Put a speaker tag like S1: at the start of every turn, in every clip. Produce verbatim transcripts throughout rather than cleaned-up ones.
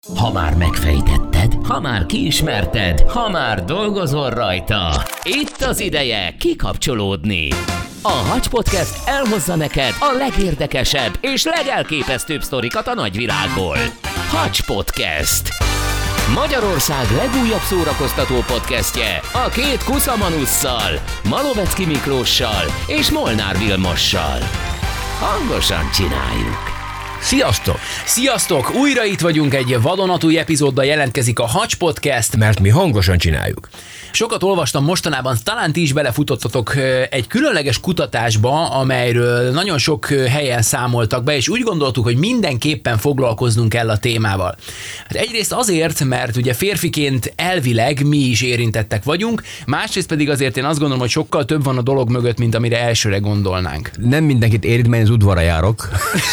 S1: Ha már megfejtetted, ha már kiismerted, ha már dolgozol rajta, itt az ideje kikapcsolódni. A Hacs Podcast elhozza neked a legérdekesebb és legelképesztőbb sztorikat a nagyvilágból. Hacs Podcast. Magyarország legújabb szórakoztató podcastje a két kuszamanusszal, Malovecki Miklóssal és Molnár Vilmossal. Hangosan csináljuk!
S2: Sziasztok! Sziasztok! Újra itt vagyunk, egy vadonatúj epizóddal jelentkezik a Hacs Podcast,
S3: mert mi hangosan csináljuk.
S2: Sokat olvastam mostanában, talán ti is belefutottatok egy különleges kutatásba, amelyről nagyon sok helyen számoltak be, és úgy gondoltuk, hogy mindenképpen foglalkoznunk kell a témával. Hát egyrészt azért, mert ugye férfiként elvileg mi is érintettek vagyunk, másrészt pedig azért én azt gondolom, hogy sokkal több van a dolog mögött, mint amire elsőre gondolnánk.
S3: Nem mindenkit érint, mert az udvarra járok.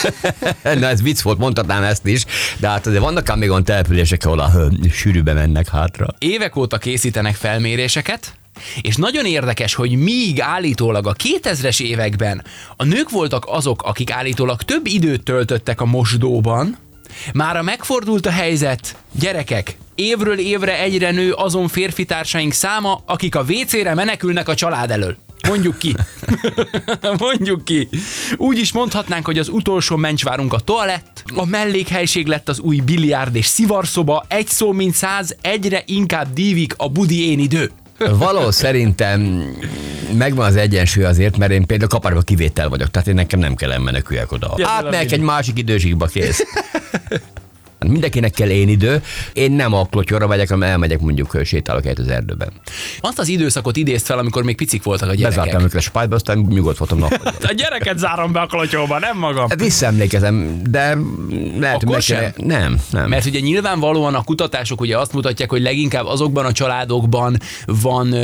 S3: Na, ez vicc volt, mondhatnám ezt is, de hát azért vannak ám még olyan települések, ahol a sűrűbe mennek hátra.
S2: Évek óta készítenek felméréseket, és nagyon érdekes, hogy míg állítólag a kétezres években a nők voltak azok, akik állítólag több időt töltöttek a mosdóban, mára megfordult a helyzet, gyerekek, évről évre egyre nő azon férfi társaink száma, akik a vécére menekülnek a család elől. Mondjuk ki. Mondjuk ki. Úgy is mondhatnánk, hogy az utolsó mencsvárunk a toalett, a mellékhelység lett az új biliárd és szivarszoba, egy szó mint száz, egyre inkább dívik a budi én idő.
S3: Való szerintem megvan az egyensúly azért, mert én például Kaparba kivétel vagyok, tehát én nekem nem kell meneküljek oda. Átmegyek egy másik időségbe, kész. Mindenkinek kell én idő, én nem a klotyorra megyek, hanem elmegyek, mondjuk sétálok egyet az erdőben.
S2: Azt az időszakot idézt fel, amikor még picik voltak a gyerekek.
S3: Bezártam őket a spájtba, aztán nyugodt voltam nappal.
S2: A gyereket zárom be a klotyóba, nem magam.
S3: Hát visszaemlékezem, de lehet,
S2: Akkor sem?
S3: Kell... Nem, nem.
S2: Mert ugye nyilvánvalóan a kutatások ugye azt mutatják, hogy leginkább azokban a családokban van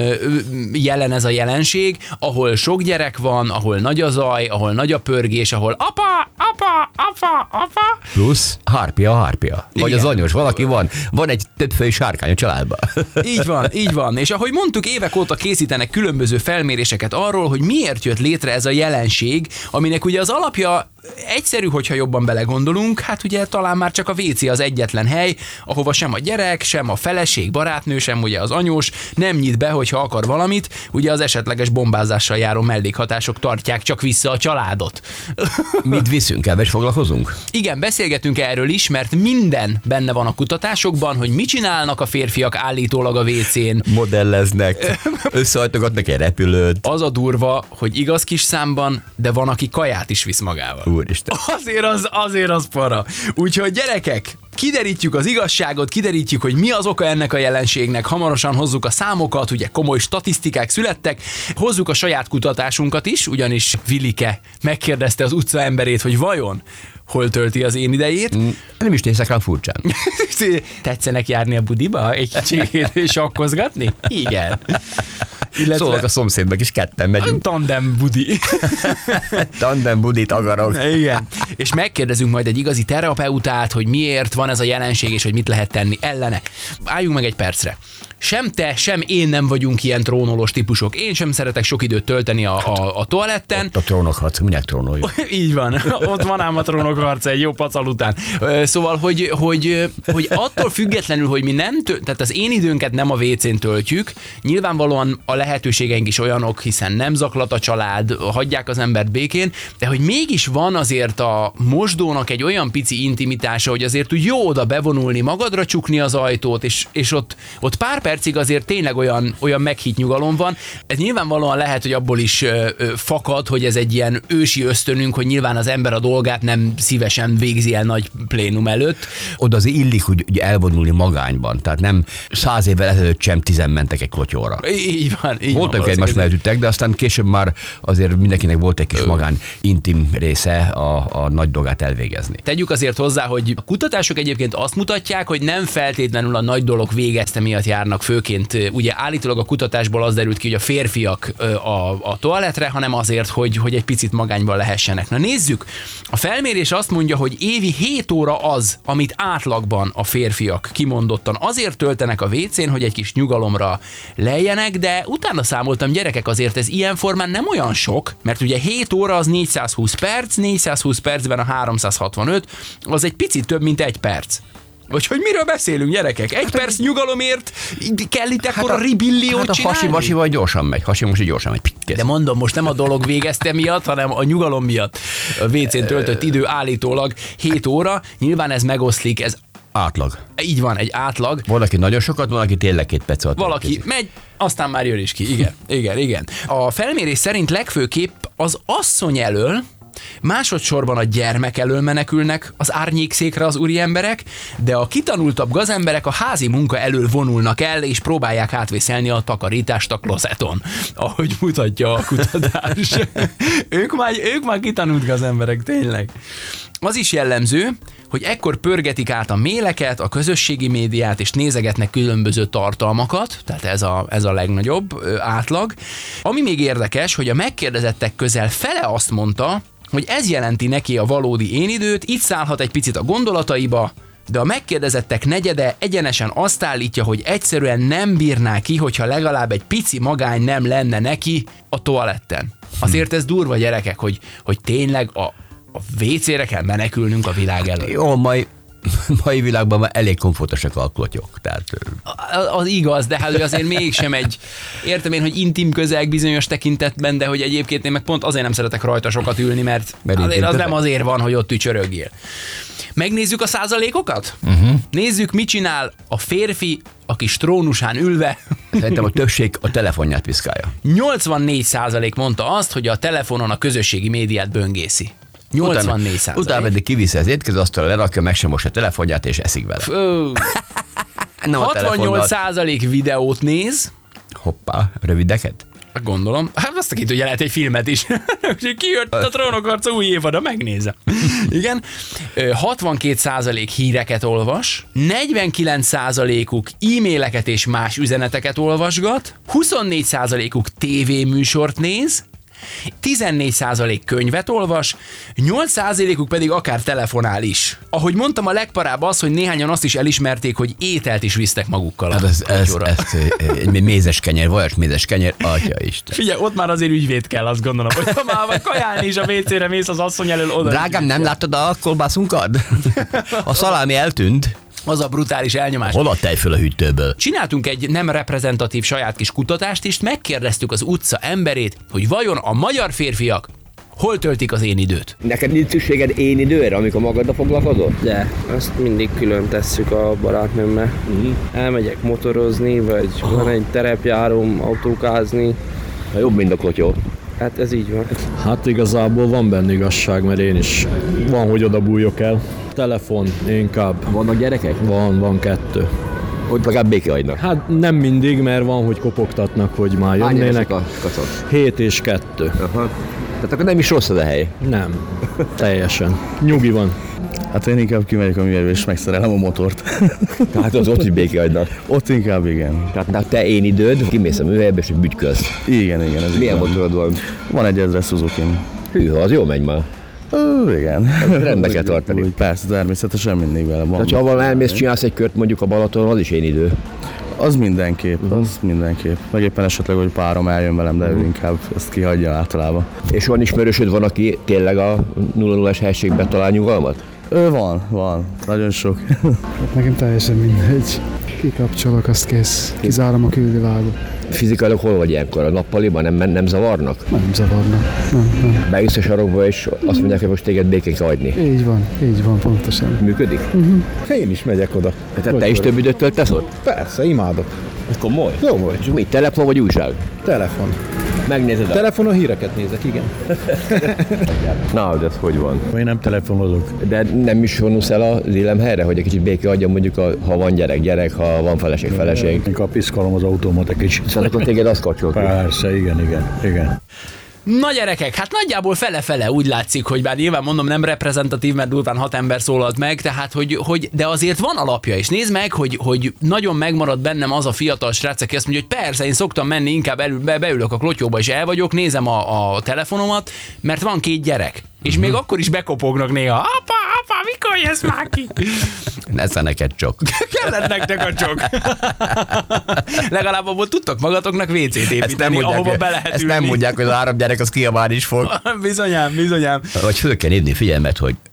S2: jelen ez a jelenség, ahol sok gyerek van, ahol nagy a zaj, ahol nagy a pörgés, ahol apa, apa, apa, apa.
S3: Plusz hárpia, hárpia. Vagy
S2: Igen.
S3: az anyós, valaki van. Van egy többfői sárkány a családban.
S2: Így van, így van. És ahogy mondtuk, évek óta készítenek különböző felméréseket arról, hogy miért jött létre ez a jelenség, aminek ugye az alapja egyszerű, hogyha jobban belegondolunk, hát ugye talán már csak a vécé az egyetlen hely, ahova sem a gyerek, sem a feleség, barátnő, sem ugye az anyós nem nyit be, hogyha akar valamit, ugye az esetleges bombázással járó mellékhatások tartják csak vissza a családot.
S3: Mit viszünk el, és foglalkozunk?
S2: Igen, beszélgetünk erről is, mert minden benne van a kutatásokban, hogy mit csinálnak a férfiak állítólag a vécén.
S3: Modelleznek, összehajtogatnak egy repülőt.
S2: Az a durva, hogy igaz kis számban, de van, aki kaját is visz magával.
S3: Úristen.
S2: Azért az, azért az para. Úgyhogy gyerekek, kiderítjük az igazságot, kiderítjük, hogy mi az oka ennek a jelenségnek, hamarosan hozzuk a számokat, ugye komoly statisztikák születtek, hozzuk a saját kutatásunkat is, ugyanis Vilike megkérdezte az utca emberét, hogy vajon hol tölti az én idejét.
S3: Nem is nézek rám furcsán.
S2: Tetszenek járni a budiba, egy kicsit sakkozgatni? Igen.
S3: Illetve... Szólok a szomszédnak is, ketten megyünk.
S2: Tandem budi.
S3: Tandem budit akarok.
S2: Igen. És megkérdezünk majd egy igazi terapeutát, hogy miért van ez a jelenség, és hogy mit lehet tenni ellene. Álljunk meg egy percre. Sem te, sem én nem vagyunk ilyen trónolós típusok. Én sem szeretek sok időt tölteni a, a, a toaletten.
S3: Ott a trónokharc, minek trónoljuk?
S2: Így van. Ott van ám a trónokharc egy jó pacal után. Szóval, hogy, hogy, hogy attól függetlenül, hogy mi nem, tö- tehát az én időnket nem a vécén töltjük, nyilvánvalóan a lehetőségeink is olyanok, hiszen nem zaklat a család, hagyják az embert békén, de hogy mégis van azért a mosdónak egy olyan pici intimitása, hogy azért úgy jó oda bevonulni, magadra csukni az ajtót, és, és ott, ott pár percig azért tényleg olyan, olyan meghitt nyugalom van. Ez nyilvánvalóan lehet, hogy abból is ö, ö, fakad, hogy ez egy ilyen ősi ösztönünk, hogy nyilván az ember a dolgát nem szívesen végzi el nagy plénum előtt.
S3: Oda azért illik, hogy elvonulni magányban, tehát nem száz évvel ezelőtt sem tizen mentek egy klotyóra.
S2: Így van, így
S3: Voltak
S2: van.
S3: egymást leüttek, de aztán később már azért mindenkinek volt egy kis magán intim része a, a nagy dolgát elvégezni.
S2: Tegyük azért hozzá, hogy a kutatások egyébként azt mutatják, hogy nem feltétlenül a nagy dolog végezte miatt járnak főként. Ugye állítólag a kutatásból az derült ki, hogy a férfiak a, a toaletre, hanem azért, hogy, hogy egy picit magányban lehessenek. Na nézzük, a felmérés azt mondja, hogy évi hét óra az, amit átlagban a férfiak kimondottan azért töltenek a vécén, hogy egy kis nyugalomra lejjenek, de utána számoltam, gyerekek, azért ez ilyen formán nem olyan sok, mert ugye hét óra az négyszázhúsz perc, négyszázhúsz percben a háromszázhatvanöt, az egy picit több, mint egy perc. Vagy hogy miről beszélünk, gyerekek? Egy perc nyugalomért kell itt ekkora hát ribilliót
S3: hát a
S2: csinálni?
S3: hasi-masival gyorsan megy. Hasi-masi gyorsan megy. Kész.
S2: De mondom, most nem a dolog végezte miatt, hanem a nyugalom miatt. A vé cén töltött idő állítólag hét óra. Nyilván ez megoszlik, ez
S3: átlag.
S2: Így van, egy átlag.
S3: Van, aki nagyon sokat, van, aki tényleg két perc alatt.
S2: Valaki
S3: érkezik.
S2: megy, aztán már jön is ki. Igen, igen, igen. A felmérés szerint legfőképp az asszony elől, másodszorban a gyermek elől menekülnek az árnyékszékre az úri emberek, de a kitanultabb gazemberek a házi munka elől vonulnak el, és próbálják átvészelni a takarítást a klozeton, ahogy mutatja a kutatás. ők, már, ők már kitanult gazemberek, tényleg. Az is jellemző, hogy ekkor pörgetik át a méleket, a közösségi médiát, és nézegetnek különböző tartalmakat, tehát ez a, ez a legnagyobb ö, átlag. Ami még érdekes, hogy a megkérdezettek közel fele azt mondta, hogy ez jelenti neki a valódi énidőt, itt szállhat egy picit a gondolataiba, de a megkérdezettek negyede egyenesen azt állítja, hogy egyszerűen nem bírná ki, hogyha legalább egy pici magány nem lenne neki a toaletten. Azért ez durva, gyerekek, hogy, hogy tényleg a A vé cére kell menekülnünk a világ elől.
S3: Jó, mai, mai világban már elég komfortosak a klotyok. Tehát...
S2: Az igaz, de hát azért mégsem egy, értem én, hogy intim közeg bizonyos tekintetben, de hogy egyébként én meg pont azért nem szeretek rajta sokat ülni, mert, mert azért az nem azért van, hogy ott ücsörögjél. Megnézzük a százalékokat? Uh-huh. Nézzük, mit csinál a férfi, aki strónusán ülve.
S3: Szerintem a többség a telefonját piszkálja.
S2: nyolcvannégy százalék mondta azt, hogy a telefonon a közösségi médiát böngészi. nyolcvannégy százalék.
S3: Utána pedig kiviszi az étkezőasztalra, lerakja, meg sem most a telefonját, és eszik vele.
S2: hatvannyolc százalék videót néz.
S3: Hoppá, rövideket?
S2: Gondolom. Hát azt akit, ugye lehet egy filmet is. Kijött a Trónokharca új évada, megnézem. Igen. hatvankét százalék híreket olvas, negyvenkilenc százalékuk e-maileket és más üzeneteket olvasgat, huszonnégy százalékuk tévéműsort néz, tizennégy százalék könyvet olvas, nyolc százalékuk pedig akár telefonál is. Ahogy mondtam, a legparább az, hogy néhányan azt is elismerték, hogy ételt is visznek magukkal.
S3: Hát ez, ez, ez, egy mézes kenyer, vajas mézes kenyer, atya Isten.
S2: Figyelj, ott már azért ügyvéd kell, azt gondolom, hogy ha már vagy kajálni is a vé cére mész az asszony elől oda.
S3: Drágám, nem láttad a kolbászunkat? A szalámi eltűnt.
S2: Az a brutális elnyomás.
S3: Hol adtál föl a hűtőből?
S2: Csináltunk egy nem reprezentatív saját kis kutatást, és megkérdeztük az utca emberét, hogy vajon a magyar férfiak hol töltik az én időt.
S4: Neked nincs szükséged én időre, amikor magaddal foglalkozol?
S5: De, azt mindig külön tesszük a barátnőmmel. Uh-huh. Elmegyek motorozni, vagy Aha. van egy terepjárom, autókázni.
S4: Ha jobb, mint a klotyó.
S5: Hát ez így van.
S6: Hát igazából van benne igazság, mert én is van, hogy oda bújjok el. Telefon inkább.
S4: Vannak gyerekek?
S6: Van, van kettő.
S4: Hogy legalább béke hagynak?
S6: Hát nem mindig, mert van, hogy kopogtatnak, hogy már
S4: Hány
S6: jönnének.
S4: a kacok?
S6: Hét és kettő.
S4: Aha. Tehát akkor nem is rossz az a hely?
S6: Nem. Teljesen. Nyugi van.
S7: Hát én inkább kimegyek a művelőbe és megszerelem a motort.
S4: Tehát az ott is béke hagynak?
S7: Ott inkább igen.
S4: Tehát na, te én időd, kimész a műhelybe és bütykölsz.
S7: Igen, igen. Ez
S4: Milyen
S7: igen.
S4: motorod van?
S7: Van egy ezres Suzuki-m.
S4: Hűha, az jó megy már.
S7: Ó, igen.
S4: Rendbe kell tartani.
S7: Úgy, persze, természetesen mindig vele van.
S4: Tehát ha valami elmész, csinálsz egy kört mondjuk a Balaton, az is én idő.
S7: Az mindenképp, az mindenképp. Meg éppen esetleg, hogy párom eljön velem, de ő inkább ezt kihagyja általában.
S4: És van ismerősöd, van, aki tényleg a nulla nullás helységben talál nyugalmat?
S7: Ő van, van. Nagyon sok.
S8: Nekem teljesen mindegy. Kikapcsolok, azt kész. Kizárom a külvilágot.
S4: Fizikailag hol vagy ilyenkor? A nappaliban nem, nem zavarnak?
S8: Nem zavarnak. Nem, nem.
S4: Bejössz a sarokba, és azt mondják, hogy most téged békén kell hagyni.
S8: Így van, így van, pontosan.
S4: Működik?
S8: Uh-huh.
S6: Én is megyek oda.
S4: Tehát te is több időt töltesz ott?
S6: Persze, imádok.
S4: Ez komoly?
S6: Jó vagy.
S4: És mi, telefon vagy újság?
S6: Telefon.
S4: Megnézed a...
S6: Telefonon híreket nézek, igen.
S4: Na, de ez hogy van?
S6: Én nem telefonozok.
S4: De nem is vonulsz el az élemhelyre, hogy egy kicsit béké adjon mondjuk, a, ha van gyerek, gyerek, ha van feleség, feleség.
S6: Inkább piszkolom az autómat egy kicsit.
S4: Szóval akkor téged azt kapcsol.
S6: Persze, igen, igen, igen.
S2: Na gyerekek, hát nagyjából fele-fele úgy látszik, hogy bár nyilván mondom nem reprezentatív, mert durván hat ember szólalt meg, tehát hogy, hogy de azért van alapja, és nézd meg, hogy, hogy nagyon megmarad bennem az a fiatal srác, aki azt mondja, hogy persze, én szoktam menni, inkább elő, be, beülök a klotyóba és el vagyok, nézem a, a telefonomat, mert van két gyerek. És uh-huh. még akkor is bekopognak néha. Apa, apa, mikor jössz már ki?
S3: Nesze neked csak.
S2: Kellett nektek a csok. Legalább abból tudtok magatoknak vécét építeni, ahova be lehet
S3: Ezt
S2: ülni.
S3: nem mondják, hogy az áram gyerek az kiabálni is fog.
S2: Bizonyám, bizonyám.
S3: Vagy föl kell hívni figyelmet, hogy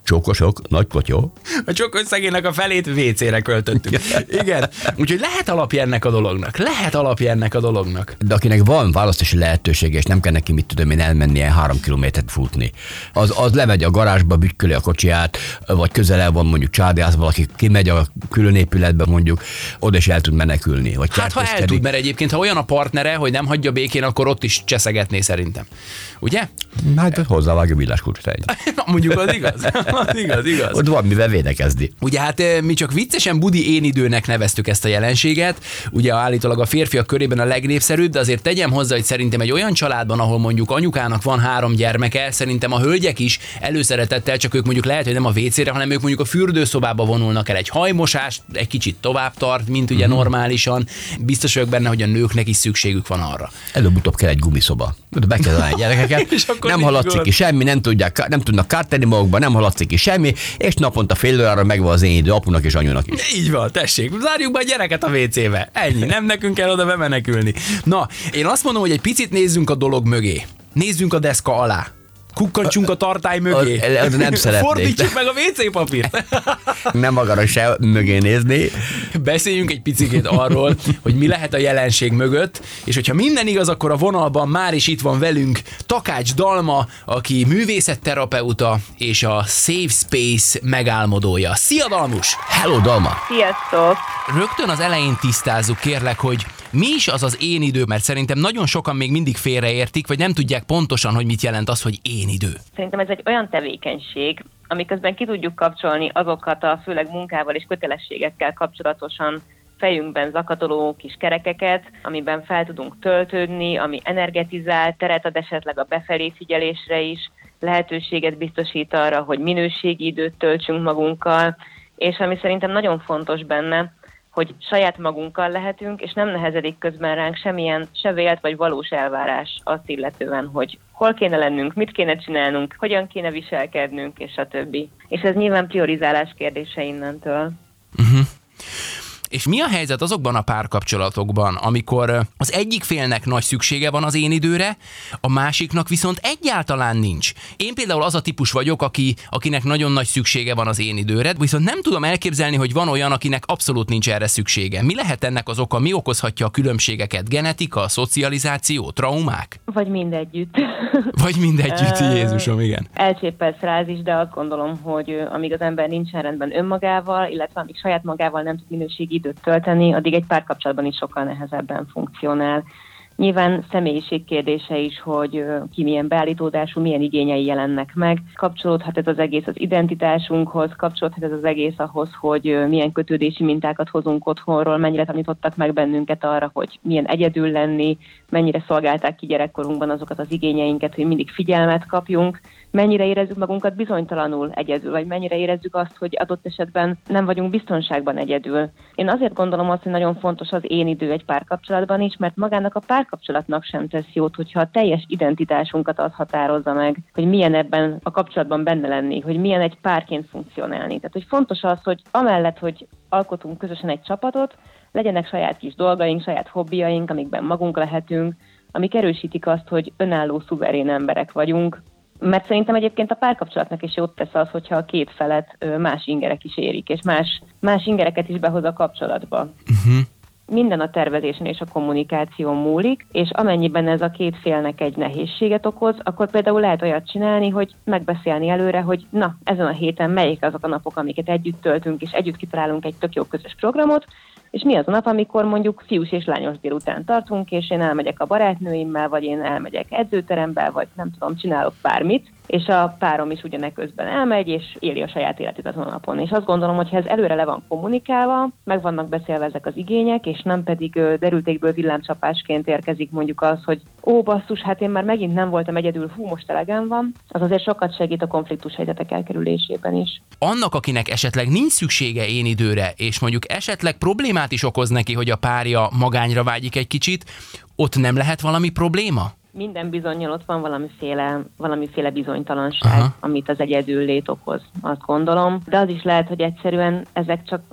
S3: Csókosok, nagy potyó.
S2: A csokos szegénynek a felét vécére költöttük. Igen. Úgyhogy lehet alapja ennek a dolognak. Lehet alapja ennek a dolognak.
S3: De akinek van választási lehetősége, és nem kell neki, mit tudom én, elmenni ilyen három kilométert futni, az, az lemegy a garázsba, bütköli a kocsiját, vagy közel van mondjuk csádiász, valaki kimegy a külön épületbe mondjuk, oda is el tud menekülni. Vagy
S2: hát ha el tud, mert egyébként ha olyan a partnere, hogy nem hagyja békén, akkor ott is cseszegetné szerintem. Ugye?
S3: Hát hozzávágja villáskulcsot egy.
S2: Mondjuk az igaz. Az igaz, igaz.
S3: Ott van mivel védekezni.
S2: Ugye hát mi csak viccesen budi én időnek neveztük ezt a jelenséget, ugye állítólag a férfiak körében a legnépszerűbb, de azért tegyem hozzá, hogy szerintem egy olyan családban, ahol mondjuk anyukának van három gyermeke, szerintem a hölgyek is előszeretettel, csak ők mondjuk lehet, hogy nem a vécére, hanem ők mondjuk a fürdőszobába vonulnak el. Egy hajmosás egy kicsit tovább tart, mint ugye uh-huh. normálisan. Biztos vagyok benne, hogy a nőknek is szükségük van arra.
S3: Előbb-utóbb kell egy gumiszoba. Be kell állni gyerekeket, nem haladszik ki semmi, nem, tudják, nem tudnak kártenni magukba, nem haladszik ki semmi, és naponta fél órára megvan az én idő apunak és anyunak is.
S2: Így van, tessék, zárjuk be a gyereket a vécébe. Ennyi, nem nekünk kell oda bemenekülni. Na, én azt mondom, hogy egy picit nézzünk a dolog mögé. Nézzünk a deszka alá. Kukkantsunk a tartály mögé.
S3: Az, az nem szeretnék.
S2: Fordítsuk meg a vé cé papírt.
S3: Nem akarok se mögé nézni.
S2: Beszéljünk egy picit arról, hogy mi lehet a jelenség mögött, és hogyha minden igaz, akkor a vonalban már is itt van velünk Takács Dalma, aki művészetterapeuta és a Safe Space megálmodója. Szia, Dalmus!
S3: Hello, Dalma!
S9: Sziasztok!
S2: Rögtön az elején tisztázzuk, kérlek, hogy mi is az az én idő, mert szerintem nagyon sokan még mindig félreértik, vagy nem tudják pontosan, hogy mit jelent az, hogy én idő.
S9: Szerintem ez egy olyan tevékenység, amiközben ki tudjuk kapcsolni azokat a főleg munkával és kötelességekkel kapcsolatosan fejünkben zakatoló kis kerekeket, amiben fel tudunk töltődni, ami energetizál, teret ad esetleg a befelé figyelésre is, lehetőséget biztosít arra, hogy minőségi időt töltsünk magunkkal, és ami szerintem nagyon fontos benne, hogy saját magunkkal lehetünk, és nem nehezedik közben ránk semmilyen se vélt vagy valós elvárás azt illetően, hogy hol kéne lennünk, mit kéne csinálnunk, hogyan kéne viselkednünk, és a többi. És ez nyilván priorizálás kérdése innentől.
S2: Uh-huh. És mi a helyzet azokban a párkapcsolatokban, amikor az egyik félnek nagy szüksége van az én időre, a másiknak viszont egyáltalán nincs? Én például az a típus vagyok, aki, akinek nagyon nagy szüksége van az én időre, viszont nem tudom elképzelni, hogy van olyan, akinek abszolút nincs erre szüksége. Mi lehet ennek az oka? Mi okozhatja a különbségeket? Genetika, szocializáció, traumák?
S9: Vagy mindegyütt.
S2: Vagy mindegyütt, Jézusom, igen.
S9: Elcsépelt frázis, de azt gondolom, hogy amíg az ember nincsen rendben önmagával, illetve amíg saját magával nem tud minőségi időt tölteni, addig egy párkapcsolatban is sokkal nehezebben funkcionál. Nyilván személyiség kérdése is, hogy ki milyen beállítódású, milyen igényei jelennek meg. Kapcsolódhat ez az egész az identitásunkhoz, kapcsolódhat ez az egész ahhoz, hogy milyen kötődési mintákat hozunk otthonról, mennyire tanítottak meg bennünket arra, hogy milyen egyedül lenni, mennyire szolgálták ki gyerekkorunkban azokat az igényeinket, hogy mindig figyelmet kapjunk, mennyire érezzük magunkat bizonytalanul egyedül, vagy mennyire érezzük azt, hogy adott esetben nem vagyunk biztonságban egyedül. Én azért gondolom azt, hogy nagyon fontos az én idő egy párkapcsolatban is, mert magának a párkapcsolatnak sem tesz jót, hogyha a teljes identitásunkat az határozza meg, hogy milyen ebben a kapcsolatban benne lenni, hogy milyen egy párként funkcionálni. Tehát, hogy fontos az, hogy amellett, hogy alkotunk közösen egy csapatot, legyenek saját kis dolgaink, saját hobbiaink, amikben magunk lehetünk, amik erősítik azt, hogy önálló, szuverén emberek vagyunk. Mert szerintem egyébként a párkapcsolatnak is jót tesz az, hogyha a két felet más ingerek is érik, és más, más ingereket is behoz a kapcsolatba. Uh-huh. Minden a tervezésen és a kommunikáción múlik, és amennyiben ez a két félnek egy nehézséget okoz, akkor például lehet olyat csinálni, hogy megbeszélni előre, hogy na, ezen a héten melyik azok a napok, amiket együtt töltünk, és együtt kitalálunk egy tök jó közös programot, és mi az a nap, amikor mondjuk fiús és lányos délután tartunk, és én elmegyek a barátnőimmel, vagy én elmegyek edzőterembe, vagy nem tudom, csinálok bármit, és a párom is ugyanek közben elmegy, és éli a saját életét azon a napon. És azt gondolom, hogy ha ez előre le van kommunikálva, meg vannak beszélve ezek az igények, és nem pedig derültékből villámcsapásként érkezik mondjuk az, hogy ó, basszus, hát én már megint nem voltam egyedül, hú, most elegem van, az azért sokat segít a konfliktus helyzetek elkerülésében is.
S2: Annak, akinek esetleg nincs szüksége én időre, és mondjuk esetleg problémát is okoz neki, hogy a párja magányra vágyik egy kicsit, ott nem lehet valami probléma?
S9: Minden bizonnyal ott van valamiféle, valamiféle bizonytalanság, Aha. amit az egyedüllét okoz, azt gondolom. De az is lehet, hogy egyszerűen ezek csak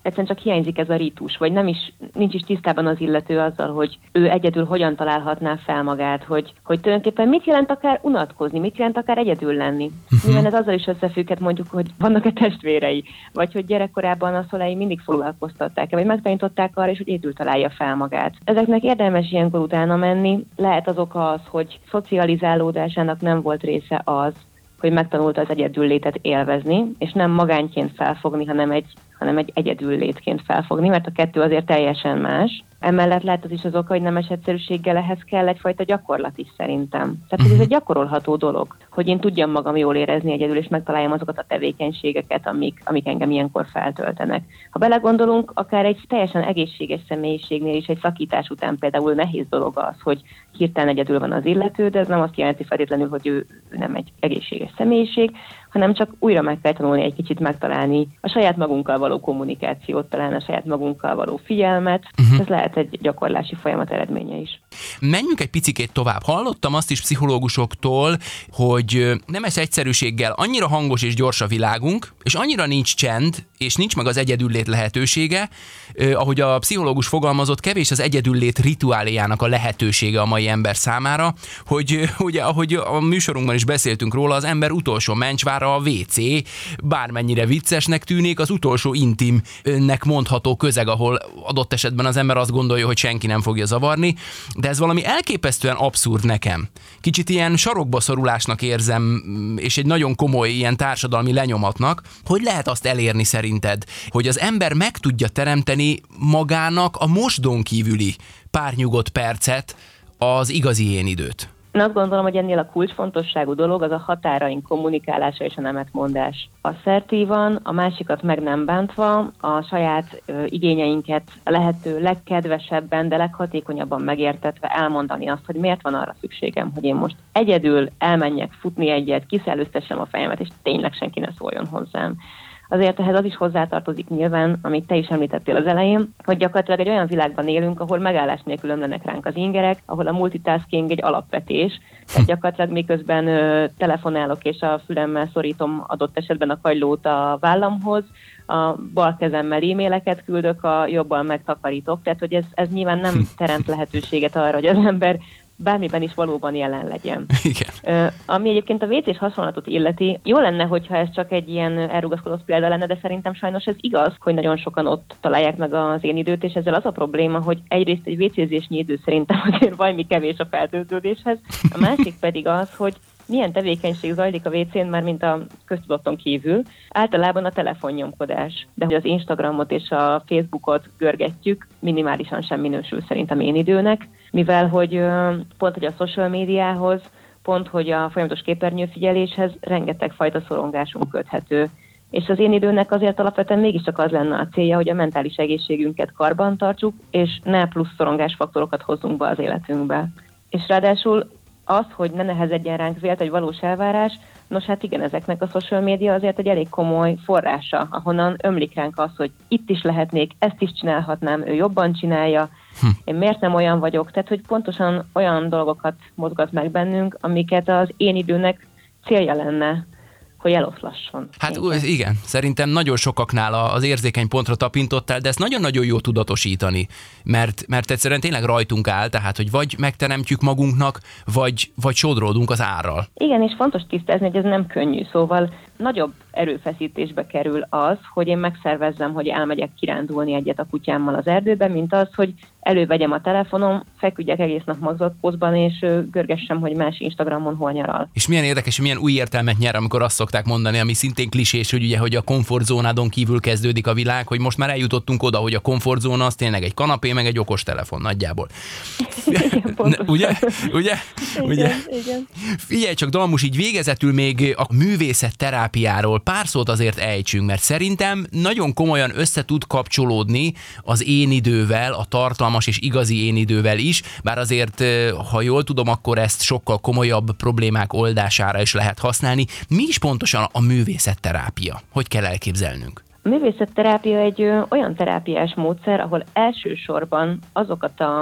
S9: egyszerűen csak hiányzik ez a rítus, vagy nem is, nincs is tisztában az illető azzal, hogy ő egyedül hogyan találhatná fel magát, hogy, hogy tulajdonképpen mit jelent akár unatkozni, mit jelent akár egyedül lenni. Nyilván ez azzal is összefügghet mondjuk, hogy vannak-e testvérei, vagy hogy gyerekkorában a szülei mindig foglalkoztatták-e, vagy megtanították arra is, hogy egyedül találja fel magát. Ezeknek érdemes ilyenkor utána menni. Lehet az oka az, hogy szocializálódásának nem volt része az, hogy megtanulta az egyedüllétet élvezni, és nem magányként felfogni, hanem egy, hanem egy egyedüllétként felfogni, mert a kettő azért teljesen más. Emellett lehet az is az oka, hogy nemes egyszerűséggel ehhez kell egyfajta gyakorlat is szerintem. Tehát hogy ez egy gyakorolható dolog, hogy én tudjam magam jól érezni egyedül, és megtaláljam azokat a tevékenységeket, amik, amik engem ilyenkor feltöltenek. Ha belegondolunk, akár egy teljesen egészséges személyiségnél is egy szakítás után például nehéz dolog az, hogy hirtelen egyedül van az illető, de ez nem azt jelenti feltétlenül, hogy ő, ő nem egy egészséges személyiség, hanem csak újra meg kell tanulni egy kicsit megtalálni a saját magunkkal való kommunikációt, talán a saját magunkkal való figyelmet. Uh-huh. Ez lehet egy gyakorlási folyamat eredménye is.
S2: Menjünk egy picikét tovább. Hallottam azt is pszichológusoktól, hogy nemes egyszerűséggel annyira hangos és gyors a világunk, és annyira nincs csend, és nincs meg az egyedüllét lehetősége, eh, ahogy a pszichológus fogalmazott, kevés az egyedüllét rituáléjának a lehetősége a mai ember számára, hogy ugye, ahogy a műsorunkban is beszéltünk róla, az ember utolsó mencsvára a vé cé, bármennyire viccesnek tűnik, az utolsó intimnek mondható közeg, ahol adott esetben az ember azt gondolja, hogy senki nem fogja zavarni, de ez valami elképesztően abszurd nekem. Kicsit ilyen sarokba szorulásnak érzem, és egy nagyon komoly ilyen társadalmi lenyomatnak. Hogy lehet azt elérni szerinted, hogy az ember meg tudja teremteni magának a mosdón kívüli pár nyugodt percet, az igazi én időt?
S9: Én azt gondolom, hogy ennél a kulcsfontosságú dolog az a határaink kommunikálása és a nemetmondás. Asszertívan, a másikat meg nem bántva, a saját ö, igényeinket a lehető legkedvesebben, de leghatékonyabban megértetve elmondani azt, hogy miért van arra szükségem, hogy én most egyedül elmenjek futni egyet, kiszellőztessem a fejemet, és tényleg senki ne szóljon hozzám. Azért ehhez az is hozzátartozik nyilván, amit te is említettél az elején, hogy gyakorlatilag egy olyan világban élünk, ahol megállás nélkül ömlenek ránk az ingerek, ahol a multitasking egy alapvetés, tehát gyakorlatilag miközben ö, telefonálok és a fülemmel szorítom adott esetben a kagylót a vállamhoz, a bal kezemmel e-maileket küldök, a jobbal megtakarítok, tehát hogy ez, ez nyilván nem teremt lehetőséget arra, hogy az ember bármiben is valóban jelen legyen.
S2: Igen.
S9: Uh, ami egyébként a vécés hasonlatot illeti, jó lenne, hogyha ez csak egy ilyen elrugaszkodott példa lenne, de szerintem sajnos ez igaz, hogy nagyon sokan ott találják meg az én időt, és ezzel az a probléma, hogy egyrészt egy vécézésnyi idő szerintem azért valami kevés a feltöltődéshez, a másik pedig az, hogy milyen tevékenység zajlik a vécén, már mint a köztudotton kívül. Általában a telefonnyomkodás. De hogy az Instagramot és a Facebookot görgetjük, minimálisan sem minősül szerintem én időnek, mivel hogy pont, hogy a social médiához, pont, hogy a folyamatos képernyőfigyeléshez rengeteg fajta szorongásunk köthető. És az én időnek azért alapvetően mégiscsak az lenne a célja, hogy a mentális egészségünket karban tartsuk, és ne plusz szorongásfaktorokat hozzunk be az életünkbe. És ráadásul az, hogy ne nehezedjen ránk vélt egy valós elvárás, nos hát igen, ezeknek a social média azért egy elég komoly forrása, ahonnan ömlik ránk az, hogy itt is lehetnék, ezt is csinálhatnám, ő jobban csinálja, hm. én miért nem olyan vagyok, tehát hogy pontosan olyan dolgokat mozgat meg bennünk, amiket az én időnek célja lenne, hogy eloszlasson.
S2: Hát igen. igen, szerintem nagyon sokaknál az érzékeny pontra tapintottál, de ezt nagyon-nagyon jó tudatosítani, mert, mert egyszerűen tényleg rajtunk áll, tehát hogy vagy megteremtjük magunknak, vagy, vagy sodródunk az árral.
S9: Igen, és fontos tisztázni, hogy ez nem könnyű, szóval nagyobb erőfeszítésbe kerül az, hogy én megszervezzem, hogy elmegyek kirándulni egyet a kutyámmal az erdőben, mint az, hogy elővegyem a telefonom, feküdjek egész nap mozgatpózban, és görgessem, hogy más Instagramon hol nyaral.
S2: És milyen érdekes, milyen új értelmet nyer, amikor azt szokták mondani, ami szintén klisés, hogy ugye, hogy a komfortzónádon kívül kezdődik a világ, hogy most már eljutottunk oda, hogy a komfortzóna az tényleg egy kanapé, meg egy okos telefon nagyjából.
S9: Igen,
S2: ugye? Ugye? Ugye?
S9: Igen, igen.
S2: Figyelj csak, Dalmus, így végezetül még a művészet terápiáról pár szót azért ejtsünk, mert szerintem nagyon komolyan össze tud kapcsolódni az én idővel, a tartalmas és igazi én idővel is, bár azért, ha jól tudom, akkor ezt sokkal komolyabb problémák oldására is lehet használni. Mi is pontosan a művészetterápia? Hogy kell elképzelnünk?
S9: A művészetterápia egy ö, olyan terápiás módszer, ahol elsősorban azokat a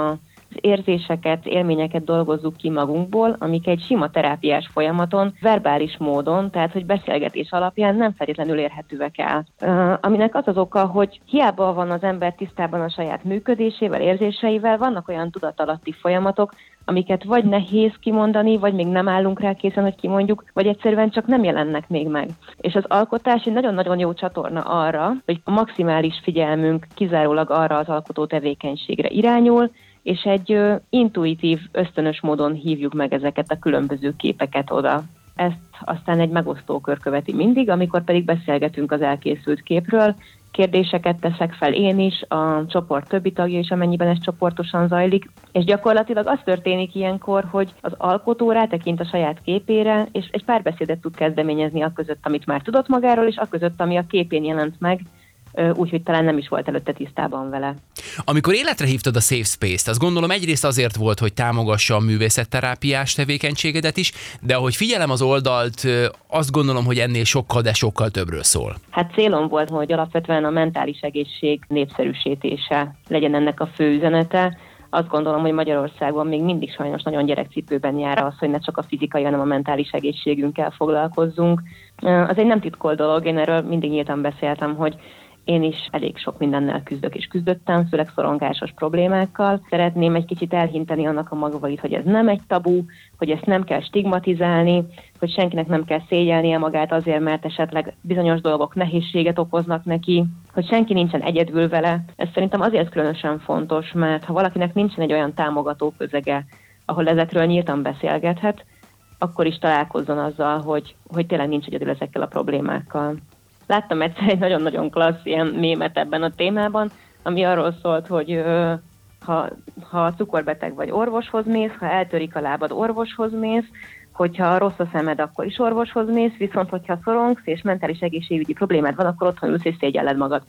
S9: az érzéseket, élményeket dolgozzuk ki magunkból, amik egy sima terápiás folyamaton, verbális módon, tehát hogy beszélgetés alapján nem feltétlenül érhetőek el. Uh, aminek az az oka, hogy hiába van az ember tisztában a saját működésével, érzéseivel, vannak olyan tudatalatti folyamatok, amiket vagy nehéz kimondani, vagy még nem állunk rá készen, hogy kimondjuk, vagy egyszerűen csak nem jelennek még meg. És az alkotás egy nagyon-nagyon jó csatorna arra, hogy a maximális figyelmünk kizárólag arra az alkotó tevékenységre irányul, és egy ö, intuitív, ösztönös módon hívjuk meg ezeket a különböző képeket oda. Ezt aztán egy megosztó kör követi mindig, amikor pedig beszélgetünk az elkészült képről, kérdéseket teszek fel én is, a csoport többi tagja is, amennyiben ez csoportosan zajlik, és gyakorlatilag az történik ilyenkor, hogy az alkotó rátekint a saját képére, és egy párbeszédet tud kezdeményezni a között, amit már tudott magáról, és a között, ami a képén jelent meg, úgyhogy talán nem is volt előtte tisztában vele.
S2: Amikor életre hívtad a Safe Space-t, azt gondolom egyrészt azért volt, hogy támogassa a művészetterápiás tevékenységedet is, de ahogy figyelem az oldalt, azt gondolom, hogy ennél sokkal, de sokkal többről szól.
S9: Hát célom volt, hogy alapvetően a mentális egészség népszerűsítése legyen ennek a fő üzenete. Azt gondolom, hogy Magyarországon még mindig sajnos nagyon gyerekcipőben jár az, hogy ne csak a fizikai, hanem a mentális egészségünkkel foglalkozzunk. Az egy nem titkolt dolog, én erről mindig nyíltan beszéltem, hogy én is elég sok mindennel küzdök és küzdöttem, főleg szorongásos problémákkal. Szeretném egy kicsit elhinteni annak a magvait, hogy ez nem egy tabu, hogy ezt nem kell stigmatizálni, hogy senkinek nem kell szégyelnie magát azért, mert esetleg bizonyos dolgok nehézséget okoznak neki, hogy senki nincsen egyedül vele. Ez szerintem azért különösen fontos, mert ha valakinek nincsen egy olyan támogató közege, ahol ezekről nyíltan beszélgethet, akkor is találkozzon azzal, hogy, hogy tényleg nincs egyedül ezekkel a problémákkal. Láttam egyszer egy nagyon-nagyon klassz ilyen mémet ebben a témában, ami arról szólt, hogy ö, ha, ha cukorbeteg vagy, orvoshoz mész, ha eltörik a lábad, orvoshoz mész, hogyha rossz a szemed, akkor is orvoshoz mész, viszont hogyha szorongsz és mentális egészségügyi problémád van, akkor otthon ülsz és szégyelled magad.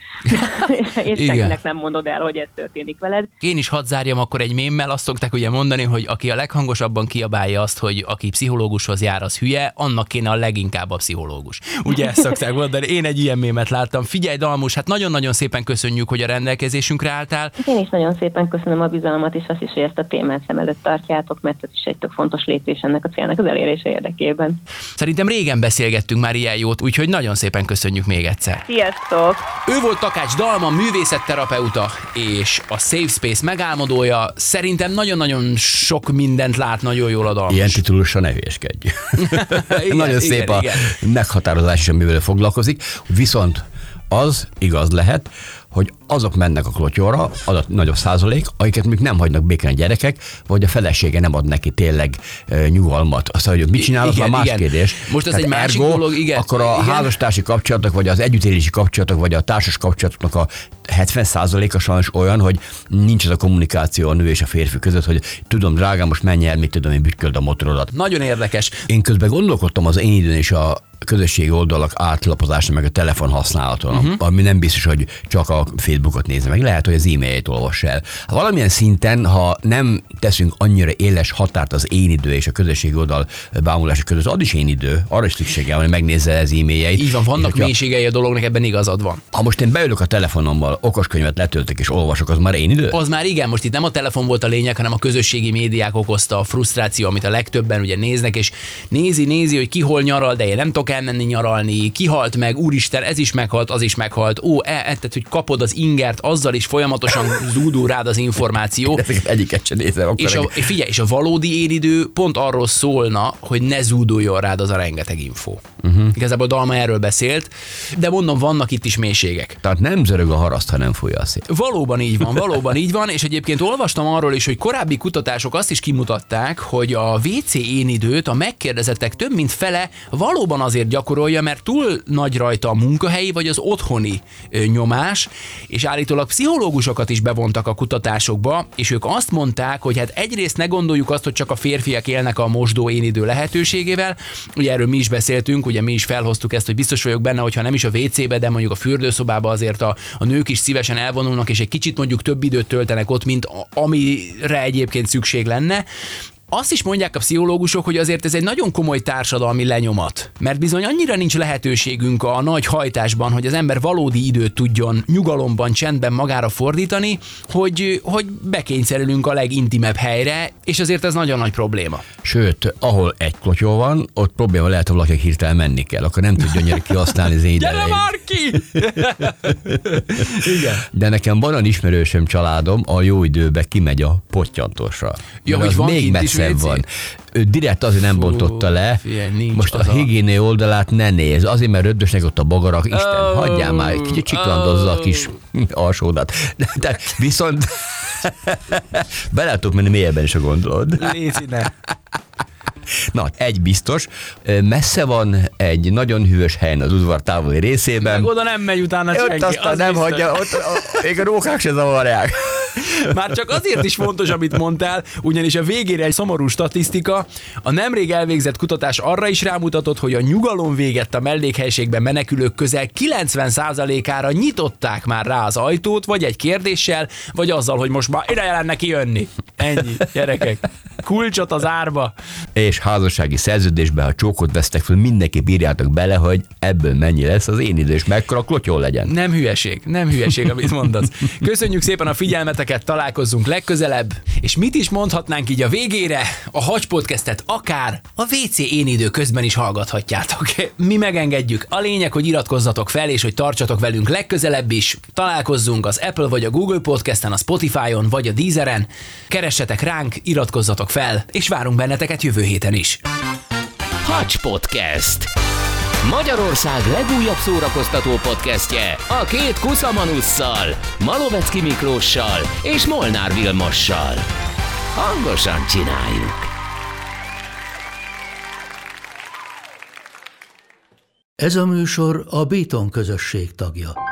S9: és senkinek nem mondod el, hogy ez történik veled.
S2: Én is hadd zárjam akkor egy mémmel, azt szokták ugye mondani, hogy aki a leghangosabban kiabálja azt, hogy aki pszichológushoz jár, az hülye, annak kéne a leginkább a pszichológus. Ugye ezt szokták mondani, én egy ilyen mémet láttam. Figyelj, Dalmus, hát nagyon-nagyon szépen köszönjük, hogy a rendelkezésünkre álltál.
S9: Én is nagyon szépen köszönöm a bizalmat, és azt is, hogy ezt a témát szem előtt tartjátok, mert ez is egy tök fontos lépés ennek a célnak az elérése érdekében.
S2: Szerintem régen beszélgettünk már ilyen jót, úgyhogy nagyon szépen köszönjük még egyszer.
S9: Sziasztok!
S2: Ő volt Takács Dalma, művészetterapeuta és a Safe Space megálmodója. Szerintem nagyon-nagyon sok mindent lát nagyon jól a Dalmas.
S3: Ilyen titulussal ne hülyeskedj.
S2: Igen,
S3: nagyon szép
S2: igen,
S3: a
S2: igen.
S3: meghatározás is, amivel foglalkozik. Viszont az igaz lehet, hogy azok mennek a klotyorra, az a nagyobb százalék, akiket még nem hagynak békén a gyerekek, vagy a felesége nem ad neki tényleg e, nyugalmat. Azt mondja, hogy mit csinál, az már más
S2: igen.
S3: kérdés.
S2: Most az
S3: Tehát
S2: egy másik
S3: ergo,
S2: dolog, igen.
S3: Akkor a
S2: igen.
S3: házastársi kapcsolatok, vagy az együttélési kapcsolatok, vagy a társas kapcsolatoknak a hetven százaléka sajnos olyan, hogy nincs az a kommunikáció a nő és a férfi között, hogy tudom, drágám, most menj el, mit tudom, én bütköld a motorodat.
S2: Nagyon érdekes.
S3: Én közben gondolkodtam az én időn és a közösségi oldalak átlapozása, meg a telefon használaton, uh-huh. ami nem biztos, hogy csak a Facebookot nézze meg, lehet, hogy az e-mailjét olvas el. Valamilyen szinten, ha nem teszünk annyira éles határt az én idő és a közösségi oldal bámulása között, az is én idő, arra is szüksége van, hogy megnézze az e-mailjeit.
S2: Így van, vannak mélységei a dolognak, ebben igazad van.
S3: Ha most én beülök a telefonommal, okoskönyvet letöltök és olvasok, az már én idő?
S2: Az már igen, most itt nem a telefon volt a lényeg, hanem a közösségi médiák okozta a frusztráció, amit a legtöbben ugye néznek, és nézi, nézi, hogy ki hol nyaral, de én nem tudok elmenni nyaralni, kihalt meg, úristen, ez is meghalt, az is meghalt, ó, e, e, tehát, hogy kapod az ingert, azzal is folyamatosan zúdul rád az információ.
S3: Ezeket egyiket sem nézem.
S2: És a, figyelj, és a valódi énidő pont arról szólna, hogy ne zúduljon rád az a rengeteg info. Uh-huh. Igazából Dalma erről beszélt, de mondom, vannak itt is mélységek.
S3: Tehát nem zörög a haraszt, ha nem fúj a szél.
S2: Valóban így van, valóban így van, és egyébként olvastam arról is, hogy korábbi kutatások azt is kimutatták, hogy a vé cé énidőt a megkérdezettek több mint fele valóban azért gyakorolja, mert túl nagy rajta a munkahelyi vagy az otthoni nyomás, és állítólag pszichológusokat is bevontak a kutatásokba, és ők azt mondták, hogy hát egyrészt ne gondoljuk azt, hogy csak a férfiak élnek a mosdó énidő lehetőségével, ugye erről mi is beszéltünk, ugye mi is felhoztuk ezt, hogy biztos vagyok benne, hogyha nem is a vé cébe, de mondjuk a fürdőszobába azért a, a nők is szívesen elvonulnak, és egy kicsit mondjuk több időt töltenek ott, mint amire egyébként szükség lenne. Azt is mondják a pszichológusok, hogy azért ez egy nagyon komoly társadalmi lenyomat, mert bizony annyira nincs lehetőségünk a nagy hajtásban, hogy az ember valódi időt tudjon nyugalomban, csendben magára fordítani, hogy, hogy bekényszerülünk a legintimebb helyre, és azért ez nagyon nagy probléma.
S3: Sőt, ahol egy klotyó van, ott probléma lehet, hogy valaki hirtelen menni kell, akkor nem tudja annyira kihasználni az én idejét.
S2: Gyere már ki! Igen.
S3: De nekem van olyan ismerősöm, családom, a jó időben kimegy a pottyantósra.
S2: Ja, hogy
S3: az
S2: van
S3: még messzebb van. Ő direkt azért nem Fú, bontotta le.
S2: Figyelj,
S3: most a higiéné oldalát ne néz. Azért, mert rödösnek ott a bogarak. Isten, oh, hagyjál már, kicsit csiklandozza a kis alsódat. De, de viszont bele tudok menni mélyebben is, a gondolod.
S2: Léci, ne.
S3: Na, egy biztos, messze van egy nagyon hűvös helyen az udvar távoli részében.
S2: Meg oda nem megy utána senki.
S3: Ott aztán az nem biztos. Hagyja, ott, ott, még a rókák se zavarják.
S2: Már csak azért is fontos, amit mondtál, ugyanis a végére egy szomorú statisztika. A nemrég elvégzett kutatás arra is rámutatott, hogy a nyugalom végett a mellékhelységben menekülők közel kilencven százalékára nyitották már rá az ajtót, vagy egy kérdéssel, vagy azzal, hogy most már ideje lenne kijönni. Ennyi, gyerekek. Kulcsot az árba.
S3: És házassági szerződésben, ha csókot vesztek föl, mindenképp írjátok bele, hogy ebből mennyi lesz az én idő, és mekkora klotyó legyen.
S2: Nem hülyeség, nem hülyeség, amit mondasz. Köszönjük szépen a figyelmeteket, találkozzunk legközelebb, és mit is mondhatnánk így a végére? A Hacs Podcastet akár a vé cé én idő közben is hallgathatjátok. Mi megengedjük. A lényeg, hogy iratkozzatok fel, és hogy tartsatok velünk legközelebb is. Találkozzunk az Apple vagy a Google Podcasten, a Spotify-on vagy a Deezeren. Keressetek ránk, iratkozzatok fel, és várunk benneteket jövő héten is.
S1: Hacs Podcast. Magyarország legújabb szórakoztató podcastje a két kuszamanusszal, Malovecki Miklóssal és Molnár Vilmossal. Hangosan csináljuk!
S10: Ez a műsor a Béton közösség tagja.